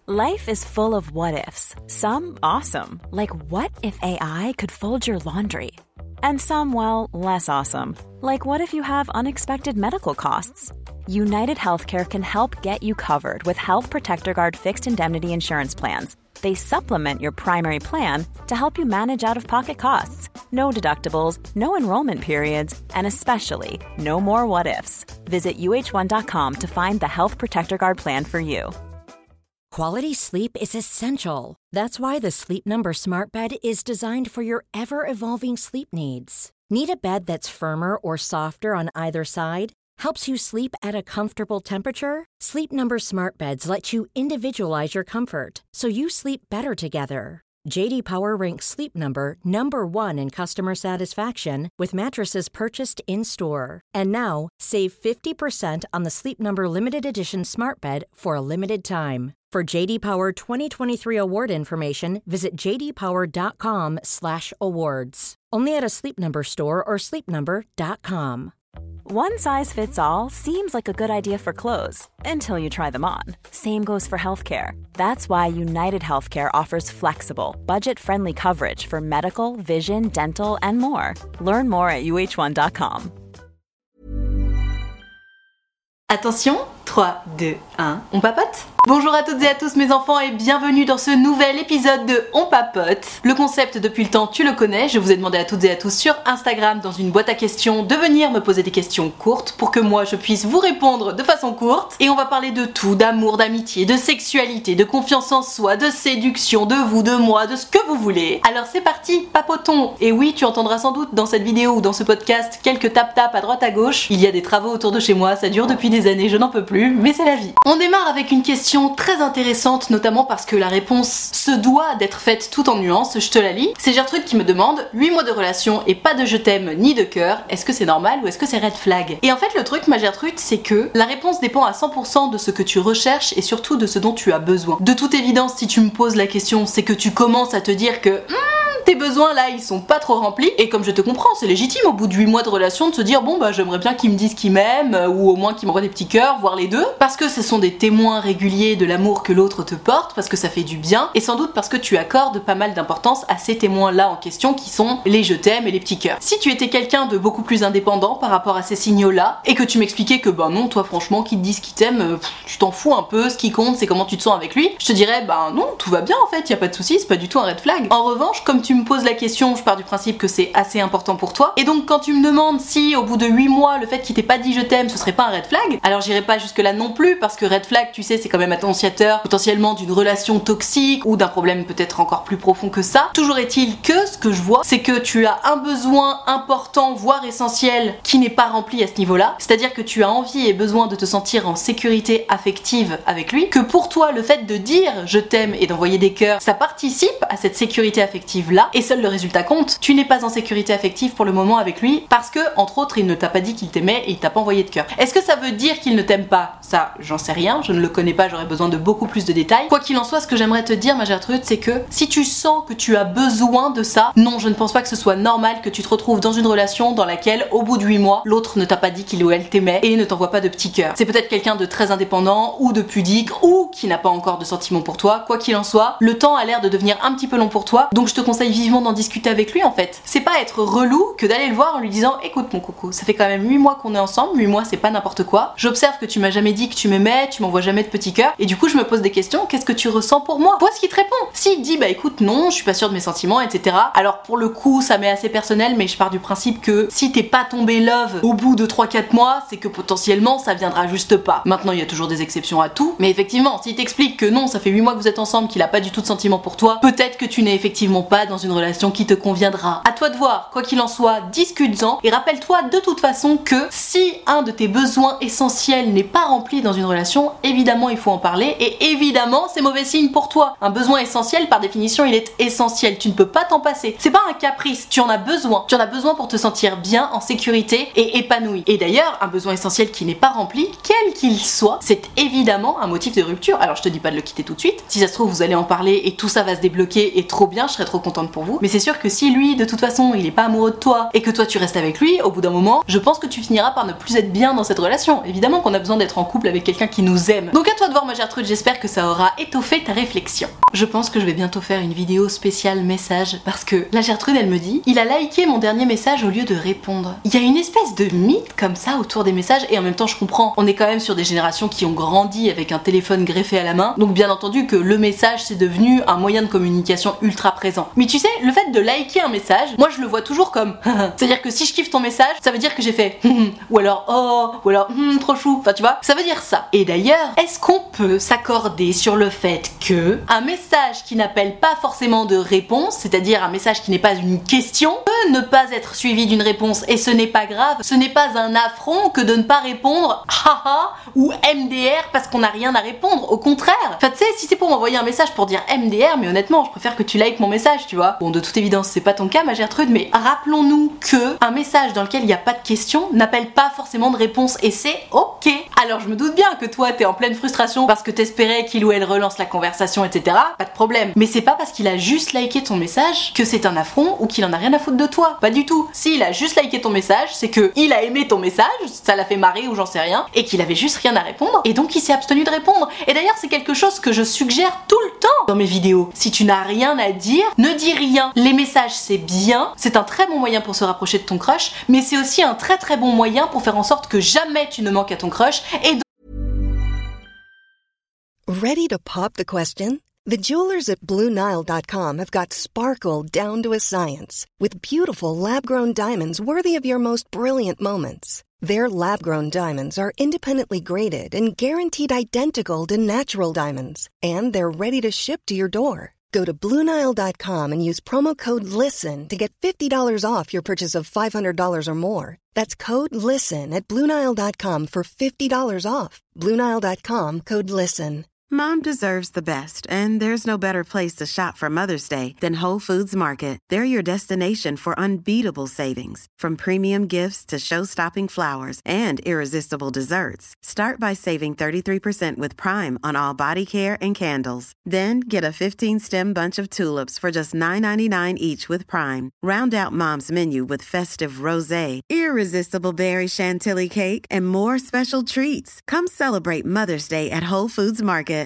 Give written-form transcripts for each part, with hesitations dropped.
Life is full of what-ifs. Some awesome, like what if AI could fold your laundry? And some, well, less awesome, like what if you have unexpected medical costs? United Healthcare can help get you covered with Health Protector Guard fixed indemnity insurance plans. They supplement your primary plan to help you manage out-of-pocket costs. No deductibles, no enrollment periods, and especially no more what-ifs. Visit uh1.com to find the Health Protector Guard plan for you. Quality sleep is essential. That's why the Sleep Number Smart Bed is designed for your ever-evolving sleep needs. Need a bed that's firmer or softer on either side? Helps you sleep at a comfortable temperature? Sleep Number Smart Beds let you individualize your comfort, so you sleep better together. J.D. Power ranks Sleep Number number 1 in customer satisfaction with mattresses purchased in-store. And now, save 50% on the Sleep Number Limited Edition Smart Bed for a limited time. For J.D. Power 2023 award information, visit jdpower.com/awards. Only at a Sleep Number store or sleepnumber.com. One size fits all seems like a good idea for clothes until you try them on. Same goes for healthcare. That's why United Healthcare offers flexible, budget-friendly coverage for medical, vision, dental, and more. Learn more at uh1.com. Attention, 3, 2, 1, on papote? Bonjour à toutes et à tous mes enfants et bienvenue dans ce nouvel épisode de On Papote. Le concept depuis le temps tu le connais, je vous ai demandé à toutes et à tous sur Instagram dans une boîte à questions de venir me poser des questions courtes pour que moi je puisse vous répondre de façon courte. Et on va parler de tout, d'amour, d'amitié, de sexualité, de confiance en soi, de séduction, de vous, de moi, de ce que vous voulez. Alors c'est parti, papotons. Et oui, tu entendras sans doute dans cette vidéo ou dans ce podcast quelques tap-tap à droite à gauche. Il y a des travaux autour de chez moi, ça dure depuis des années, je n'en peux plus, mais c'est la vie. On démarre avec une question très intéressante, notamment parce que la réponse se doit d'être faite tout en nuances, je te la lis. C'est Gertrude qui me demande 8 mois de relation et pas de je t'aime ni de cœur, est-ce que c'est normal ou est-ce que c'est red flag? Et en fait le truc ma Gertrude c'est que la réponse dépend à 100% de ce que tu recherches et surtout de ce dont tu as besoin. De toute évidence si tu me poses la question c'est que tu commences à te dire que tes besoins là ils sont pas trop remplis et comme je te comprends c'est légitime au bout de 8 mois de relation de se dire bon bah j'aimerais bien qu'ils me disent qu'ils m'aiment ou au moins qu'ils m'envoient des petits cœurs, voire les deux, parce que ce sont des témoins réguliers de l'amour que l'autre te porte, parce que ça fait du bien et sans doute parce que tu accordes pas mal d'importance à ces témoins là en question qui sont les je t'aime et les petits cœurs. Si tu étais quelqu'un de beaucoup plus indépendant par rapport à ces signaux là et que tu m'expliquais que bah non toi franchement qu'ils te disent qu'ils t'aiment tu t'en fous un peu, ce qui compte c'est comment tu te sens avec lui, je te dirais bah non tout va bien en fait, y a pas de soucis, c'est pas du tout un red flag. En revanche comme tu me poses la question, je pars du principe que c'est assez important pour toi. Et donc quand tu me demandes si au bout de 8 mois le fait qu'il t'ait pas dit je t'aime ce serait pas un red flag, alors j'irai pas jusque là non plus parce que red flag tu sais c'est quand même annonciateur potentiellement d'une relation toxique ou d'un problème peut-être encore plus profond que ça. Toujours est-il que ce que je vois c'est que tu as un besoin important voire essentiel qui n'est pas rempli à ce niveau-là, c'est-à-dire que tu as envie et besoin de te sentir en sécurité affective avec lui, que pour toi le fait de dire je t'aime et d'envoyer des cœurs ça participe à cette sécurité affective là et seul le résultat compte. Tu n'es pas en sécurité affective pour le moment avec lui parce que entre autres il ne t'a pas dit qu'il t'aimait et il t'a pas envoyé de cœur. Est-ce que ça veut dire qu'il ne t'aime pas? Ça j'en sais rien, je ne le connais pas, j'aurais besoin de beaucoup plus de détails. Quoi qu'il en soit, ce que j'aimerais te dire ma Gertrude c'est que si tu sens que tu as besoin de ça, non je ne pense pas que ce soit normal que tu te retrouves dans une relation dans laquelle au bout de 8 mois l'autre ne t'a pas dit qu'il ou elle t'aimait et ne t'envoie pas de petits cœurs. C'est peut-être quelqu'un de très indépendant ou de pudique ou qui n'a pas encore de sentiments pour toi. Quoi qu'il en soit, le temps a l'air de devenir un petit peu long pour toi, donc je te conseille vivement d'en discuter avec lui en fait. C'est pas être relou que d'aller le voir en lui disant écoute mon coco, ça fait quand même 8 mois qu'on est ensemble, 8 mois c'est pas n'importe quoi, j'observe que tu m'as jamais dit que tu m'aimais, tu m'envoies jamais de petits cœurs et du coup je me pose des questions, qu'est-ce que tu ressens pour moi? Vois ce qu'il te répond. S'il dit bah écoute non, je suis pas sûre de mes sentiments etc. Alors pour le coup ça m'est assez personnel mais je pars du principe que si t'es pas tombé love au bout de 3-4 mois c'est que potentiellement ça viendra juste pas. Maintenant il y a toujours des exceptions à tout, mais effectivement s'il t'explique que non ça fait 8 mois que vous êtes ensemble, qu'il a pas du tout de sentiments pour toi, peut-être que tu n'es effectivement pas dans une relation qui te conviendra. À toi de voir, quoi qu'il en soit, discute-en et rappelle-toi de toute façon que si un de tes besoins essentiels n'est pas rempli dans une relation, évidemment il faut en parler et évidemment c'est mauvais signe pour toi. Un besoin essentiel par définition il est essentiel, tu ne peux pas t'en passer. C'est pas un caprice, tu en as besoin. Tu en as besoin pour te sentir bien, en sécurité et épanoui. Et d'ailleurs, un besoin essentiel qui n'est pas rempli, quel qu'il soit, c'est évidemment un motif de rupture. Alors je te dis pas de le quitter tout de suite, si ça se trouve vous allez en parler et tout ça va se débloquer et trop bien, je serais trop contente exemple pour vous, mais c'est sûr que si lui de toute façon il est pas amoureux de toi et que toi tu restes avec lui, au bout d'un moment, je pense que tu finiras par ne plus être bien dans cette relation. Évidemment qu'on a besoin d'être en couple avec quelqu'un qui nous aime. Donc à toi de voir ma Gertrude, j'espère que ça aura étoffé ta réflexion. Je pense que je vais bientôt faire une vidéo spéciale message parce que la Gertrude elle me dit, il a liké mon dernier message au lieu de répondre. Il y a une espèce de mythe comme ça autour des messages et en même temps je comprends, on est quand même sur des générations qui ont grandi avec un téléphone greffé à la main, donc bien entendu que le message c'est devenu un moyen de communication ultra présent. Mais tu sais, le fait de liker un message, moi je le vois toujours comme c'est-à-dire que si je kiffe ton message, ça veut dire que j'ai fait ou alors oh, ou alors trop chou, enfin tu vois, ça veut dire ça. Et d'ailleurs, est-ce qu'on peut s'accorder sur le fait que un message qui n'appelle pas forcément de réponse, c'est-à-dire un message qui n'est pas une question, peut ne pas être suivi d'une réponse et ce n'est pas grave, ce n'est pas un affront que de ne pas répondre haha ou MDR parce qu'on n'a rien à répondre, au contraire. Enfin tu sais, si c'est pour m'envoyer un message pour dire MDR, mais honnêtement, je préfère que tu likes mon message, tu vois. Bon, de toute évidence, c'est pas ton cas ma Gertrude, mais rappelons-nous que un message dans lequel il n'y a pas de question n'appelle pas forcément de réponse et c'est ok. Alors je me doute bien que toi t'es en pleine frustration parce que t'espérais qu'il ou elle relance la conversation, etc. Pas de problème. Mais c'est pas parce qu'il a juste liké ton message que c'est un affront ou qu'il en a rien à foutre de toi. Pas du tout. S'il a juste liké ton message, c'est que il a aimé ton message, ça l'a fait marrer ou j'en sais rien, et qu'il avait juste rien à répondre, et donc il s'est abstenu de répondre. Et d'ailleurs c'est quelque chose que je suggère tout le temps dans mes vidéos. Si tu n'as rien à dire, ne dis rien. Les messages c'est bien, c'est un très bon moyen pour se rapprocher de ton crush, mais c'est aussi un très très bon moyen pour faire en sorte que jamais tu ne manques à ton crush et Ready to pop the question? The jewelers at BlueNile.com have got sparkle down to a science with beautiful lab-grown diamonds worthy of your most brilliant moments. Their lab-grown diamonds are independently graded and guaranteed identical to natural diamonds, and they're ready to ship to your door. Go to BlueNile.com and use promo code LISTEN to get $50 off your purchase of $500 or more. That's code LISTEN at BlueNile.com for $50 off. BlueNile.com, code LISTEN. Mom deserves the best, and there's no better place to shop for Mother's Day than Whole Foods Market. They're your destination for unbeatable savings, from premium gifts to show-stopping flowers and irresistible desserts. Start by saving 33% with Prime on all body care and candles. Then get a 15-stem bunch of tulips for just $9.99 each with Prime. Round out Mom's menu with festive rosé, irresistible berry chantilly cake, and more special treats. Come celebrate Mother's Day at Whole Foods Market.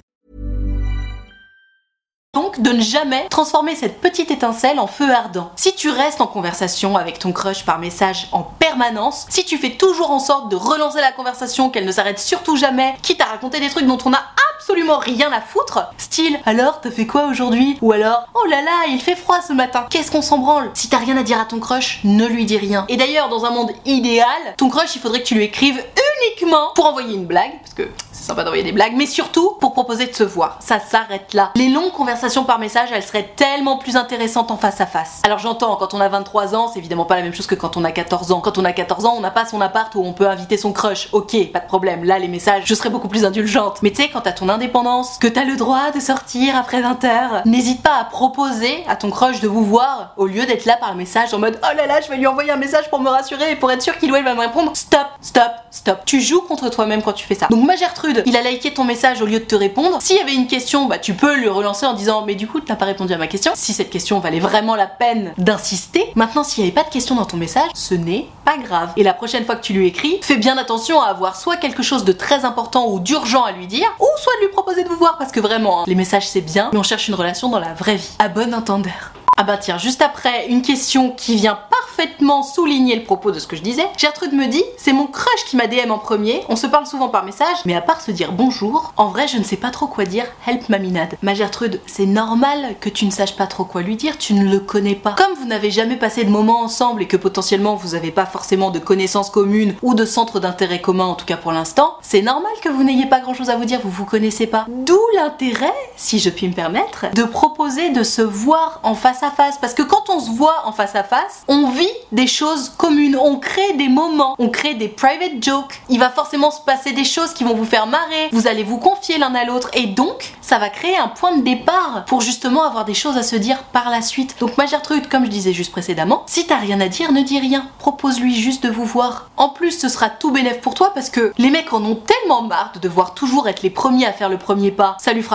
Donc de ne jamais transformer cette petite étincelle en feu ardent. Si tu restes en conversation avec ton crush par message en permanence, si tu fais toujours en sorte de relancer la conversation, qu'elle ne s'arrête surtout jamais, quitte à raconter des trucs dont on a absolument rien à foutre, style « Alors, t'as fait quoi aujourd'hui ?» ou alors « Oh là là, il fait froid ce matin, qu'est-ce qu'on s'en branle ?» Si t'as rien à dire à ton crush, ne lui dis rien. Et d'ailleurs, dans un monde idéal, ton crush, il faudrait que tu lui écrives uniquement pour envoyer une blague, parce que c'est sympa d'envoyer des blagues, mais surtout pour proposer de se voir. Ça s'arrête là. Les longues conversations par message, elles seraient tellement plus intéressantes en face à face. Alors j'entends, quand on a 23 ans, c'est évidemment pas la même chose que quand on a 14 ans. Quand on a 14 ans, on n'a pas son appart où on peut inviter son crush. Ok, pas de problème. Là, les messages, je serais beaucoup plus indulgente. Mais tu sais, quand t'as ton indépendance, que t'as le droit de sortir après 20h, n'hésite pas à proposer à ton crush de vous voir, au lieu d'être là par le message en mode « Oh là là, je vais lui envoyer un message pour me rassurer et pour être sûr qu'il ou elle va me répondre. » Stop, stop, stop. Tu joues contre toi-même quand tu fais ça. Donc ma Gertrude, il a liké ton message au lieu de te répondre. S'il y avait une question, bah tu peux lui relancer en disant « Mais du coup, t'as pas répondu à ma question. » Si cette question valait vraiment la peine d'insister. Maintenant, s'il n'y avait pas de question dans ton message, ce n'est pas grave. Et la prochaine fois que tu lui écris, fais bien attention à avoir soit quelque chose de très important ou d'urgent à lui dire, ou soit de lui proposer de vous voir, parce que vraiment, les messages c'est bien, mais on cherche une relation dans la vraie vie. À bon entendeur. Ah bah tiens, juste après, une question qui vient parfaitement souligner le propos de ce que je disais. Gertrude me dit, c'est mon crush qui m'a DM en premier, on se parle souvent par message, mais à part se dire bonjour, en vrai je ne sais pas trop quoi dire, help maminade. Ma Gertrude, c'est normal que tu ne saches pas trop quoi lui dire, tu ne le connais pas. Comme vous n'avez jamais passé de moments ensemble et que potentiellement vous n'avez pas forcément de connaissances communes ou de centres d'intérêt commun, en tout cas pour l'instant, c'est normal que vous n'ayez pas grand chose à vous dire, vous connaissez pas. D'où l'intérêt, si je puis me permettre, de proposer de se voir en face à face, parce que quand on se voit en face à face, on vit des choses communes, on crée des moments, on crée des private jokes, il va forcément se passer des choses qui vont vous faire marrer, vous allez vous confier l'un à l'autre, et donc ça va créer un point de départ pour justement avoir des choses à se dire par la suite. Donc ma Gertrude, comme je disais juste précédemment, si t'as rien à dire, ne dis rien, propose-lui juste de vous voir. En plus ce sera tout bénef pour toi, parce que les mecs en ont tellement marre de devoir toujours être les premiers à faire le premier pas, ça lui fera forcément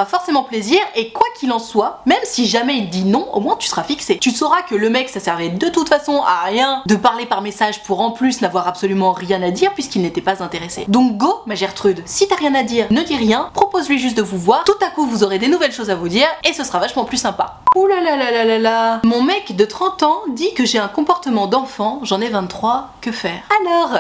plaisir et quoi qu'il en soit, même si jamais il dit non, au moins tu seras fixé. Tu sauras que le mec ça servait de toute façon à rien de parler par message pour en plus n'avoir absolument rien à dire puisqu'il n'était pas intéressé. Donc go ma Gertrude, si t'as rien à dire, ne dis rien, propose-lui juste de vous voir, tout à coup vous aurez des nouvelles choses à vous dire et ce sera vachement plus sympa. Ouh là là là là là là. Mon mec de 30 ans dit que j'ai un comportement d'enfant, j'en ai 23, que faire? Alors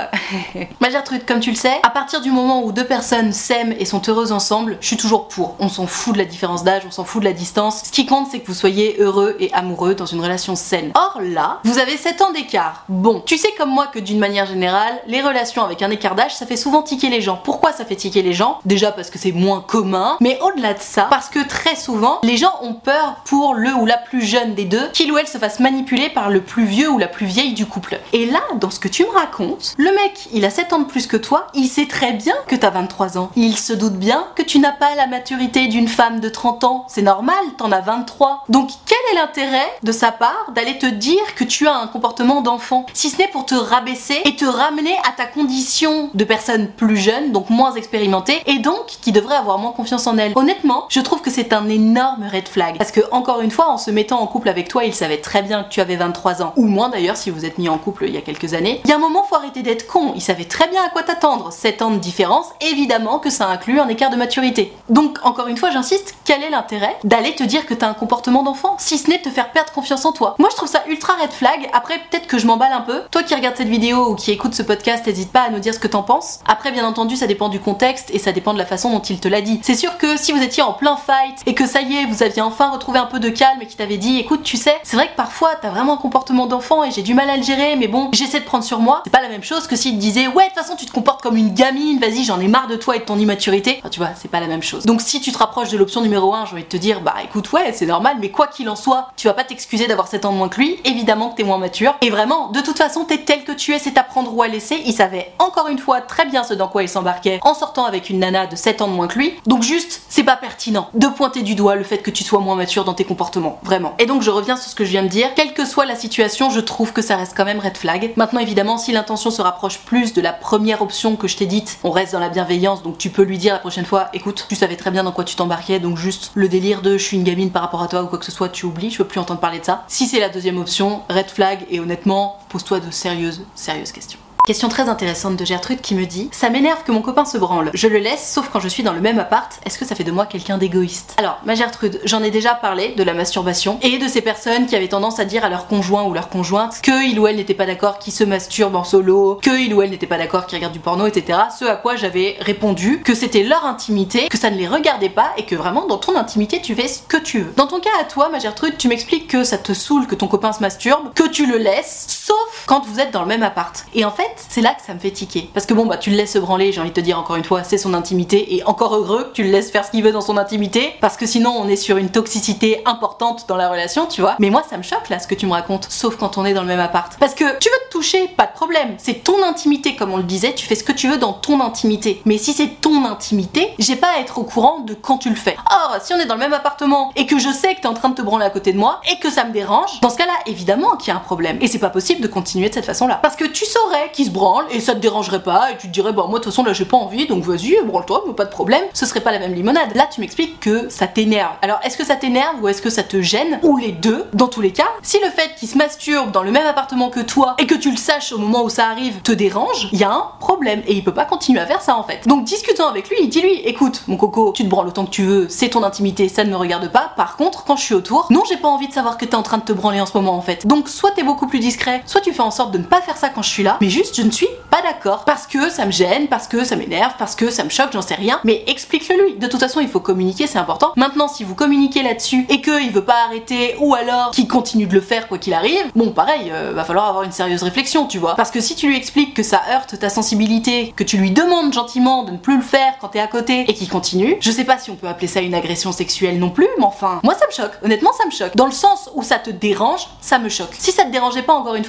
ma Gertrude, comme tu le sais, à partir du moment où deux personnes s'aiment et sont heureuses ensemble, je suis toujours pour. On s'en fout de la différence d'âge, on s'en fout de la distance. Ce qui compte, c'est que vous soyez heureux et amoureux dans une relation saine. Or là, vous avez 7 ans d'écart. Bon, tu sais comme moi que d'une manière générale, les relations avec un écart d'âge, ça fait souvent tiquer les gens. Pourquoi ça fait tiquer les gens? Déjà parce que c'est moins commun, mais au-delà de ça, parce que très souvent, les gens ont peur pour le ou la plus jeune des deux, qu'il ou elle se fasse manipuler par le plus vieux ou la plus vieille du couple. Et là, dans ce que tu me racontes, le mec, il a 7 ans de plus que toi, il sait très bien que t'as 23 ans. Il se doute bien que tu n'as pas la maturité d'une femme de 30 ans. C'est normal, t'en as 23. Donc quel est l'intérêt de sa part d'aller te dire que tu as un comportement d'enfant, si ce n'est pour te rabaisser et te ramener à ta condition de personne plus jeune, donc moins expérimentée, et donc qui devrait avoir moins confiance en elle. Honnêtement, je trouve que c'est un énorme red flag. Parce que, encore une fois, en se mettant en couple avec toi, il savait très bien que tu avais 23 ans. Ou moins d'ailleurs, si vous êtes mis en couple il y a quelques années. Il y a un moment, faut arrêter d'être con. Il savait très bien à quoi t'attendre. 7 ans de différence, évidemment que ça inclut un écart de maturité. Donc, encore une fois, j'insiste, quel est l'intérêt d'aller te dire que t'as un comportement d'enfant, si ce n'est de te faire perdre confiance en toi? Moi, je trouve ça ultra red flag. Après, peut-être que je m'emballe un peu. Toi qui regardes cette vidéo ou qui écoute ce podcast, n'hésite pas à nous dire ce que t'en penses. Après, bien entendu, ça dépend du contexte et ça dépend de la façon dont il te l'a dit. C'est sûr que si vous étiez en plein fight et que ça y est, vous aviez enfin retrouvé un peu de calme et qu'il t'avait dit, écoute, tu sais, c'est vrai que parfois t'as vraiment un comportement d'enfant et j'ai du mal à le gérer, mais bon, j'essaie de prendre sur moi. C'est pas la même chose que s'il te disait, ouais, de toute façon, tu te comportes comme une gamine, vas-y, j'en ai marre de toi et de ton immaturité. Enfin, tu vois, c'est pas la même chose. Donc, si tu te rapproches de l'option numéro 1, j'ai envie de te dire, bah écoute, ouais, c'est normal, mais quoi qu'il en soit, tu vas pas t'excuser d'avoir 7 ans de moins que lui, évidemment que t'es moins mature. Et vraiment, de toute façon, t'es tel que tu es, c'est à prendre ou à laisser. Il savait encore une fois très bien ce dans quoi il s'embarquait en sortant avec une nana de 7 ans de moins que lui. Donc juste, c'est pas pertinent de pointer du doigt le fait que tu sois moins mature dans tes comportements, vraiment. Et donc je reviens sur ce que je viens de dire, quelle que soit la situation, je trouve que ça reste quand même red flag. Maintenant évidemment, si l'intention se rapproche plus de la première option que je t'ai dite, on reste dans la bienveillance, donc tu peux lui dire la prochaine fois, écoute, tu savais très bien dans quoi tu t'embarquais, donc juste le délire de je suis une gamine par rapport à toi ou quoi que ce soit, tu oublies, je veux plus entendre parler de ça. Si c'est la deuxième option, red flag, et honnêtement, pose-toi de sérieuses questions. Question très intéressante de Gertrude qui me dit: ça m'énerve que mon copain se branle. Je le laisse sauf quand je suis dans le même appart. Est-ce que ça fait de moi quelqu'un d'égoïste? Alors, ma Gertrude, j'en ai déjà parlé de la masturbation et de ces personnes qui avaient tendance à dire à leur conjoint ou leur conjointe que il ou elle n'était pas d'accord qu'ils se masturbent en solo, que il ou elle n'était pas d'accord qu'ils regardent du porno, etc. Ce à quoi j'avais répondu que c'était leur intimité, que ça ne les regardait pas et que vraiment dans ton intimité tu fais ce que tu veux. Dans ton cas à toi, ma Gertrude, tu m'expliques que ça te saoule que ton copain se masturbe, que tu le laisses, sauf quand vous êtes dans le même appart. Et en fait, c'est là que ça me fait tiquer. Parce que bon, bah tu le laisses se branler, j'ai envie de te dire encore une fois, c'est son intimité, et encore heureux que tu le laisses faire ce qu'il veut dans son intimité, parce que sinon on est sur une toxicité importante dans la relation, tu vois. Mais moi ça me choque là ce que tu me racontes, sauf quand on est dans le même appart. Parce que tu veux te toucher, pas de problème, c'est ton intimité comme on le disait, tu fais ce que tu veux dans ton intimité. Mais si c'est ton intimité, j'ai pas à être au courant de quand tu le fais. Or, si on est dans le même appartement, et que je sais que t'es en train de te branler à côté de moi, et que ça me dérange, dans ce cas-là, évidemment qu'il y a un problème. Et c'est pas possible de continuer de cette façon-là. Parce que tu saurais qu'il se branle, et ça te dérangerait pas, et tu te dirais, bah moi de toute façon là j'ai pas envie, donc vas-y, branle-toi, mais pas de problème, ce serait pas la même limonade. Là tu m'expliques que ça t'énerve. Alors est-ce que ça t'énerve ou est-ce que ça te gêne? Ou les deux? Dans tous les cas, si le fait qu'il se masturbe dans le même appartement que toi, et que tu le saches au moment où ça arrive, te dérange, il y a un problème, et il peut pas continuer à faire ça en fait. Donc discutons avec lui, dis-lui, écoute, mon coco, tu te branles autant que tu veux, c'est ton intimité, ça ne me regarde pas, par contre, quand je suis autour, non j'ai pas envie de savoir que t'es en train de te branler en ce moment en fait. Donc soit t'es beaucoup plus discret, soit tu fais en sorte de ne pas faire ça quand je suis là, mais juste je ne suis pas d'accord, parce que ça me gêne, parce que ça m'énerve, parce que ça me choque, j'en sais rien, mais explique-le lui. De toute façon il faut communiquer, c'est important. Maintenant si vous communiquez là-dessus et qu'il veut pas arrêter, ou alors qu'il continue de le faire quoi qu'il arrive, bon pareil, va falloir avoir une sérieuse réflexion, tu vois. Parce que si tu lui expliques que ça heurte ta sensibilité, que tu lui demandes gentiment de ne plus le faire quand t'es à côté et qu'il continue, je sais pas si on peut appeler ça une agression sexuelle non plus, mais enfin, moi ça me choque, honnêtement ça me choque. Dans le sens où ça te dérange, ça me choque. Si ça te dérangeait pas, encore une fois, ce serait une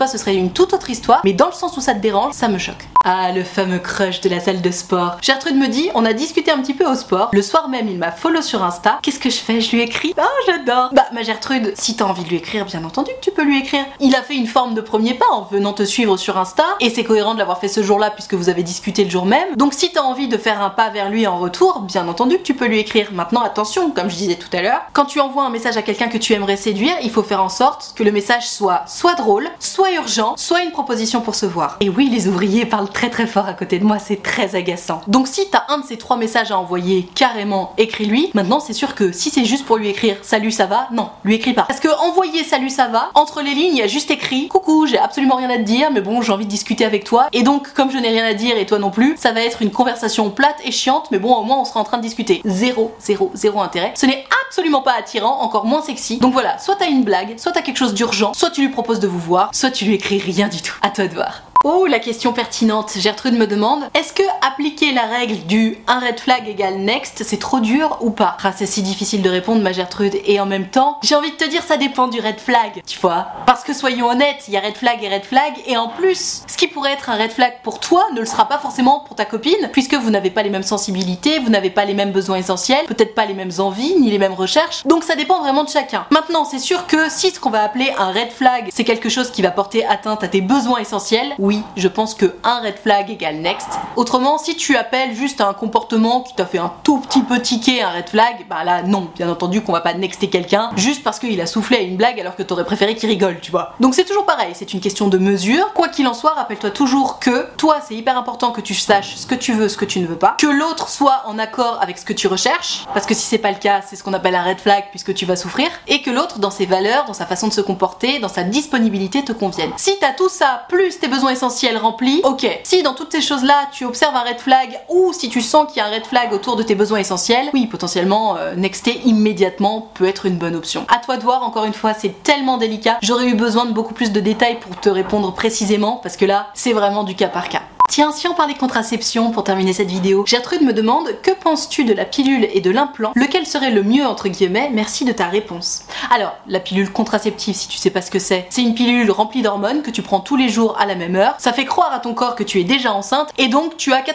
une toute autre histoire, mais dans le sens où ça te dérange, ça me choque. Ah, le fameux crush de la salle de sport. Gertrude me dit, on a discuté un petit peu au sport. Le soir même, il m'a follow sur Insta. Qu'est-ce que je fais? Je lui écris. Oh, j'adore. Bah, ma Gertrude, si t'as envie de lui écrire, bien entendu que tu peux lui écrire. Il a fait une forme de premier pas en venant te suivre sur Insta, et c'est cohérent de l'avoir fait ce jour-là puisque vous avez discuté le jour même. Donc si t'as envie de faire un pas vers lui en retour, bien entendu que tu peux lui écrire. Maintenant, attention, comme je disais tout à l'heure, quand tu envoies un message à quelqu'un que tu aimerais séduire, il faut faire en sorte que le message soit drôle, soit urgent, soit une proposition pour se voir. Et oui, les ouvriers parlent très très fort à côté de moi, c'est très agaçant. Donc si t'as un de ces 3 messages à envoyer, carrément, écris-lui. Maintenant, c'est sûr que si c'est juste pour lui écrire « Salut, ça va ?» non, lui écris pas. Parce que envoyer « Salut, ça va ?» entre les lignes, il y a juste écrit « Coucou, j'ai absolument rien à te dire, mais bon, j'ai envie de discuter avec toi. » Et donc, comme je n'ai rien à dire et toi non plus, ça va être une conversation plate et chiante, mais bon, au moins on sera en train de discuter. Zéro intérêt. Ce n'est absolument pas attirant, encore moins sexy. Donc voilà, soit t'as une blague, soit t'as quelque chose d'urgent, soit tu lui proposes de vous voir, soit tu lui écris rien du tout. À toi de voir. Oh, la question pertinente. Gertrude me demande, est-ce que appliquer la règle du un red flag égale next, c'est trop dur ou pas? Ah, c'est si difficile de répondre, ma Gertrude, et en même temps, j'ai envie de te dire, ça dépend du red flag, tu vois. Parce que soyons honnêtes, il y a red flag, et en plus, ce qui pourrait être un red flag pour toi ne le sera pas forcément pour ta copine, puisque vous n'avez pas les mêmes sensibilités, vous n'avez pas les mêmes besoins essentiels, peut-être pas les mêmes envies, ni les mêmes recherches, donc ça dépend vraiment de chacun. Maintenant, c'est sûr que si ce qu'on va appeler un red flag, c'est quelque chose qui va porter atteinte à tes besoins essentiels, oui, je pense que un red flag égale next. Autrement, si tu appelles juste un comportement qui t'a fait un tout petit peu tiquer un red flag, bah là non, bien entendu qu'on va pas nexter quelqu'un juste parce qu'il a soufflé à une blague alors que t'aurais préféré qu'il rigole, tu vois. Donc c'est toujours pareil, c'est une question de mesure. Quoi qu'il en soit, rappelle-toi toujours que toi, c'est hyper important que tu saches ce que tu veux, ce que tu ne veux pas, que l'autre soit en accord avec ce que tu recherches, parce que si c'est pas le cas, c'est ce qu'on appelle un red flag puisque tu vas souffrir, et que l'autre, dans ses valeurs, dans sa façon de se comporter, dans sa disponibilité, te convienne. Si t'as tout ça, plus tes besoins essentiels remplis, ok. Si dans toutes ces choses-là, tu observes un red flag, ou si tu sens qu'il y a un red flag autour de tes besoins essentiels, oui, potentiellement, nexter immédiatement peut être une bonne option. À toi de voir, encore une fois, c'est tellement délicat. J'aurais eu besoin de beaucoup plus de détails pour te répondre précisément, parce que là, c'est vraiment du cas par cas. Tiens, si on parlait contraception pour terminer cette vidéo, Gertrude me demande « Que penses-tu de la pilule et de l'implant? Lequel serait le mieux entre guillemets? Merci de ta réponse. » Alors, la pilule contraceptive, si tu sais pas ce que c'est une pilule remplie d'hormones que tu prends tous les jours à la même heure. Ça fait croire à ton corps que tu es déjà enceinte et donc tu as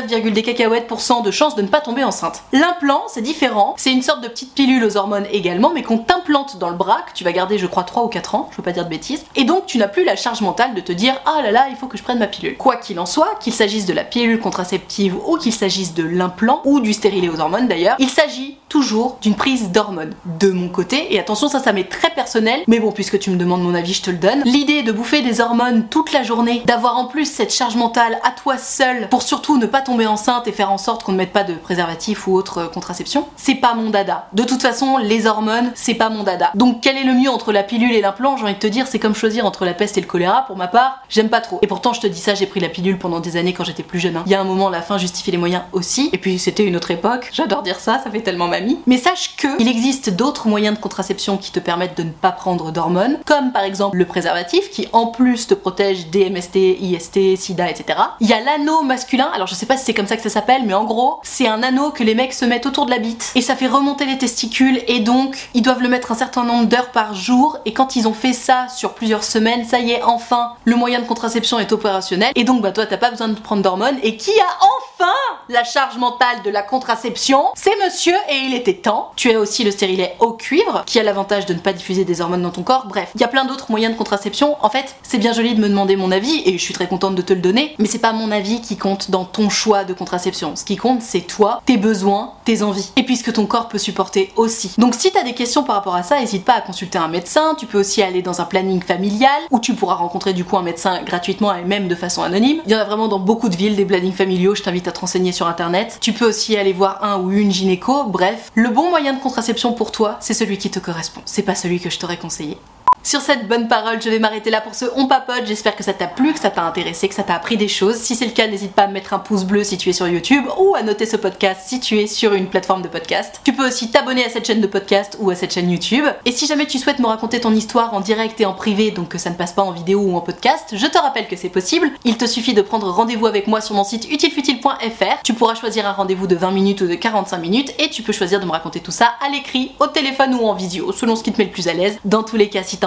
99,% de chances de ne pas tomber enceinte. L'implant, c'est différent. C'est une sorte de petite pilule aux hormones également, mais qu'on t'implante dans le bras, que tu vas garder, je crois, 3 ou 4 ans, je veux pas dire de bêtises. Et donc, tu n'as plus la charge mentale de te dire « Ah là là, il faut que je prenne ma pilule. » Quoi qu'il en soit, qu'il s'agisse de la pilule contraceptive ou qu'il s'agisse de l'implant ou du stérilet aux hormones d'ailleurs, il s'agit toujours d'une prise d'hormones. De mon côté, et attention ça m'est très personnel, mais bon puisque tu me demandes mon avis je te le donne, l'idée de bouffer des hormones toute la journée, d'avoir en plus cette charge mentale à toi seul pour surtout ne pas tomber enceinte et faire en sorte qu'on ne mette pas de préservatif ou autre contraception, c'est pas mon dada. De toute façon les hormones c'est pas mon dada. Donc quel est le mieux entre la pilule et l'implant? J'ai envie de te dire c'est comme choisir entre la peste et le choléra. Pour ma part j'aime pas trop, et pourtant je te dis ça, j'ai pris la pilule pendant des années quand j'étais plus jeune. Il y a un moment la fin justifie les moyens aussi, et puis c'était une autre époque, j'adore dire ça fait tellement mamie. Mais sache que il existe d'autres moyens de contraception qui te permettent de ne pas prendre d'hormones, comme par exemple le préservatif qui en plus te protège des MST, IST, SIDA, etc. Il y a l'anneau masculin, alors je sais pas si c'est comme ça que ça s'appelle, mais en gros c'est un anneau que les mecs se mettent autour de la bite et ça fait remonter les testicules, et donc ils doivent le mettre un certain nombre d'heures par jour, et quand ils ont fait ça sur plusieurs semaines, ça y est, enfin le moyen de contraception est opérationnel, et donc bah toi t'as pas besoin de prendre d'hormones. Et qui a enfin la charge mentale de la contraception? C'est monsieur, et il était temps. Tu as aussi le stérilet au cuivre qui a l'avantage de ne pas diffuser des hormones dans ton corps. Bref, il y a plein d'autres moyens de contraception. En fait, c'est bien joli de me demander mon avis et je suis très contente de te le donner, mais c'est pas mon avis qui compte dans ton choix de contraception. Ce qui compte, c'est toi, tes besoins, tes envies, et puis ce que ton corps peut supporter aussi. Donc si t'as des questions par rapport à ça, n'hésite pas à consulter un médecin. Tu peux aussi aller dans un planning familial où tu pourras rencontrer du coup un médecin gratuitement et même de façon anonyme. Il y en a vraiment dans beaucoup de villes des plannings familiaux, je t'invite à te renseigner sur internet. Tu peux aussi aller voir un ou une gynéco. Bref, le bon moyen de contraception pour toi, c'est celui qui te correspond. C'est pas celui que je t'aurais conseillé. Sur cette bonne parole, je vais m'arrêter là pour ce On Papote. J'espère que ça t'a plu, que ça t'a intéressé, que ça t'a appris des choses. Si c'est le cas, n'hésite pas à me mettre un pouce bleu si tu es sur YouTube, ou à noter ce podcast si tu es sur une plateforme de podcast. Tu peux aussi t'abonner à cette chaîne de podcast ou à cette chaîne YouTube. Et si jamais tu souhaites me raconter ton histoire en direct et en privé, donc que ça ne passe pas en vidéo ou en podcast, je te rappelle que c'est possible. Il te suffit de prendre rendez-vous avec moi sur mon site utilefutile.fr. Tu pourras choisir un rendez-vous de 20 minutes ou de 45 minutes, et tu peux choisir de me raconter tout ça à l'écrit, au téléphone ou en visio, selon ce qui te met le plus à l'aise. Dans tous les cas, si t'as envie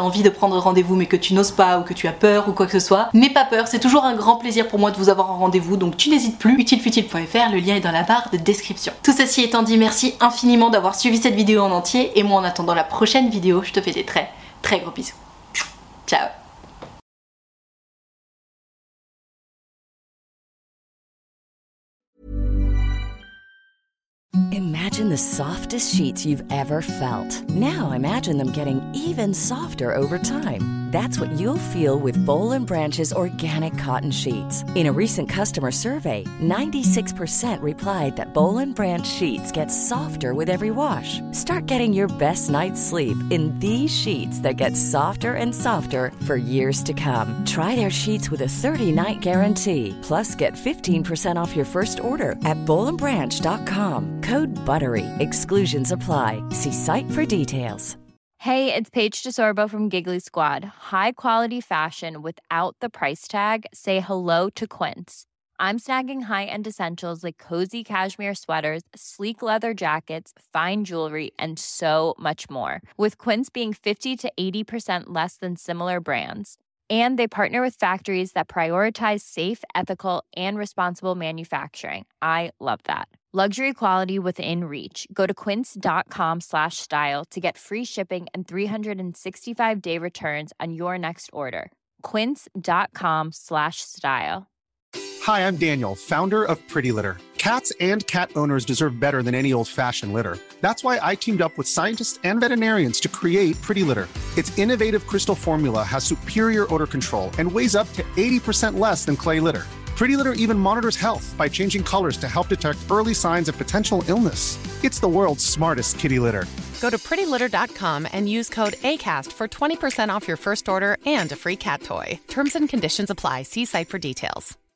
envie de prendre rendez-vous mais que tu n'oses pas ou que tu as peur ou quoi que ce soit, n'aie pas peur, c'est toujours un grand plaisir pour moi de vous avoir en rendez-vous, donc tu n'hésites plus, utilefutile.fr, le lien est dans la barre de description. Tout ceci étant dit, merci infiniment d'avoir suivi cette vidéo en entier, et moi en attendant la prochaine vidéo, je te fais des très gros bisous. Ciao. Imagine the softest sheets you've ever felt. Now imagine them getting even softer over time. That's what you'll feel with Boll & Branch's organic cotton sheets. In a recent customer survey, 96% replied that Boll & Branch sheets get softer with every wash. Start getting your best night's sleep in these sheets that get softer and softer for years to come. Try their sheets with a 30-night guarantee. Plus, get 15% off your first order at bollandbranch.com. Code BUTTERY. Exclusions apply. See site for details. Hey, it's Paige DeSorbo from Giggly Squad. High quality fashion without the price tag. Say hello to Quince. I'm snagging high-end essentials like cozy cashmere sweaters, sleek leather jackets, fine jewelry, and so much more. With Quince being 50 to 80% less than similar brands. And they partner with factories that prioritize safe, ethical, and responsible manufacturing. I love that. Luxury quality within reach. Go to quince.com/style to get free shipping and 365-day returns on your next order. Quince.com/style. Hi, I'm Daniel, founder of Pretty Litter. Cats and cat owners deserve better than any old-fashioned litter. That's why I teamed up with scientists and veterinarians to create Pretty Litter. Its innovative crystal formula has superior odor control and weighs up to 80% less than clay litter. Pretty Litter even monitors health by changing colors to help detect early signs of potential illness. It's the world's smartest kitty litter. Go to prettylitter.com and use code ACAST for 20% off your first order and a free cat toy. Terms and conditions apply. See site for details.